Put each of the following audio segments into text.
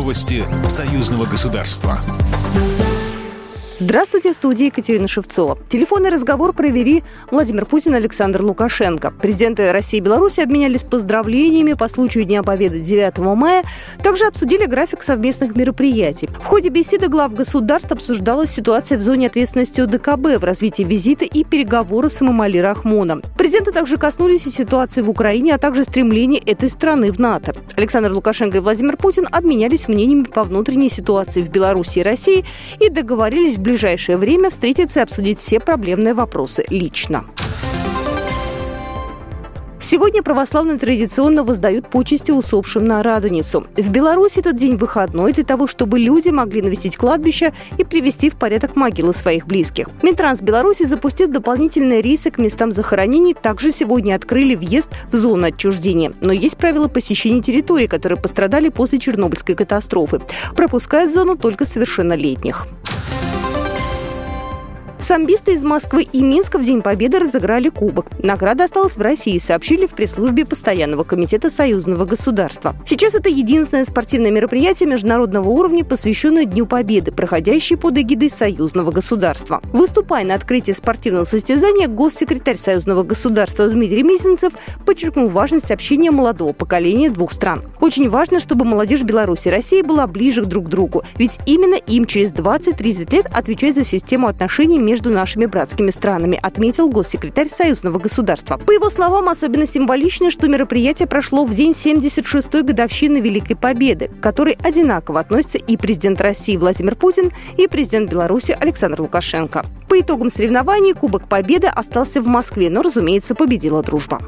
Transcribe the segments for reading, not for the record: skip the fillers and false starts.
Новости союзного государства. Здравствуйте, в студии Екатерина Шевцова. Телефонный разговор провели Владимир Путин и Александр Лукашенко. Президенты России и Беларуси обменялись поздравлениями по случаю Дня Победы 9 мая. Также обсудили график совместных мероприятий. В ходе беседы глав государств обсуждалась ситуация в зоне ответственности ОДКБ в развитии визита и переговоров с Эмомали Рахмоном. Президенты также коснулись и ситуации в Украине, а также стремлений этой страны в НАТО. Александр Лукашенко и Владимир Путин обменялись мнениями по внутренней ситуации в Беларуси и России и договорились в ближайшее время встретиться и обсудить все проблемные вопросы лично. Сегодня православные традиционно воздают почести усопшим на Радоницу. В Беларуси этот день выходной для того, чтобы люди могли навестить кладбище и привести в порядок могилы своих близких. Минтранс Беларуси запустил дополнительные рейсы к местам захоронений. Также сегодня открыли въезд в зону отчуждения. Но есть правила посещения территорий, которые пострадали после Чернобыльской катастрофы. Пропускают в зону только совершеннолетних. Самбисты из Москвы и Минска в День Победы разыграли кубок. Награда осталась в России, сообщили в пресс-службе Постоянного комитета союзного государства. Сейчас это единственное спортивное мероприятие международного уровня, посвященное Дню Победы, проходящее под эгидой союзного государства. Выступая на открытии спортивного состязания, госсекретарь союзного государства Дмитрий Мизинцев подчеркнул важность общения молодого поколения двух стран. Очень важно, чтобы молодежь Беларуси и России была ближе друг к другу, ведь именно им через 20-30 лет отвечать за систему отношений между нашими братскими странами, отметил госсекретарь союзного государства. По его словам, особенно символично, что мероприятие прошло в день 76-й годовщины Великой Победы, к которой одинаково относятся и президент России Владимир Путин, и президент Беларуси Александр Лукашенко. По итогам соревнований Кубок Победы остался в Москве, но, разумеется, победила дружба.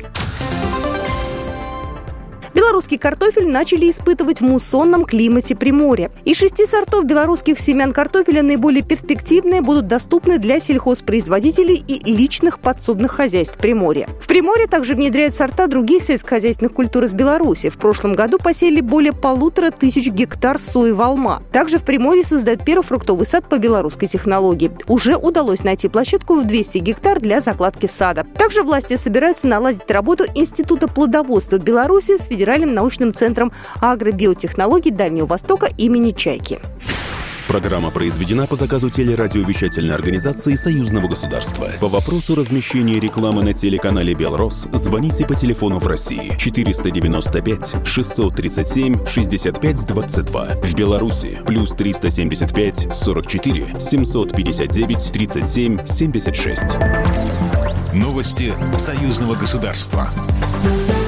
Белорусский картофель начали испытывать в муссонном климате Приморья. Из 6 сортов белорусских семян картофеля наиболее перспективные будут доступны для сельхозпроизводителей и личных подсобных хозяйств Приморья. В Приморье также внедряют сорта других сельскохозяйственных культур из Беларуси. В прошлом году посеяли более 1500 гектар сои волма. Также в Приморье создают первый фруктовый сад по белорусской технологии. Уже удалось найти площадку в 200 гектар для закладки сада. Также власти собираются наладить работу Института плодоводства Беларуси с Федеральным научным центром агробиотехнологий Дальнего Востока имени Чайки. Программа произведена по заказу телерадиовещательной организации Союзного государства. По вопросу размещения рекламы на телеканале «Белрос» звоните по телефону в России 495 637 65 22. В Беларуси плюс 375 44 759 37 76. Новости союзного государства.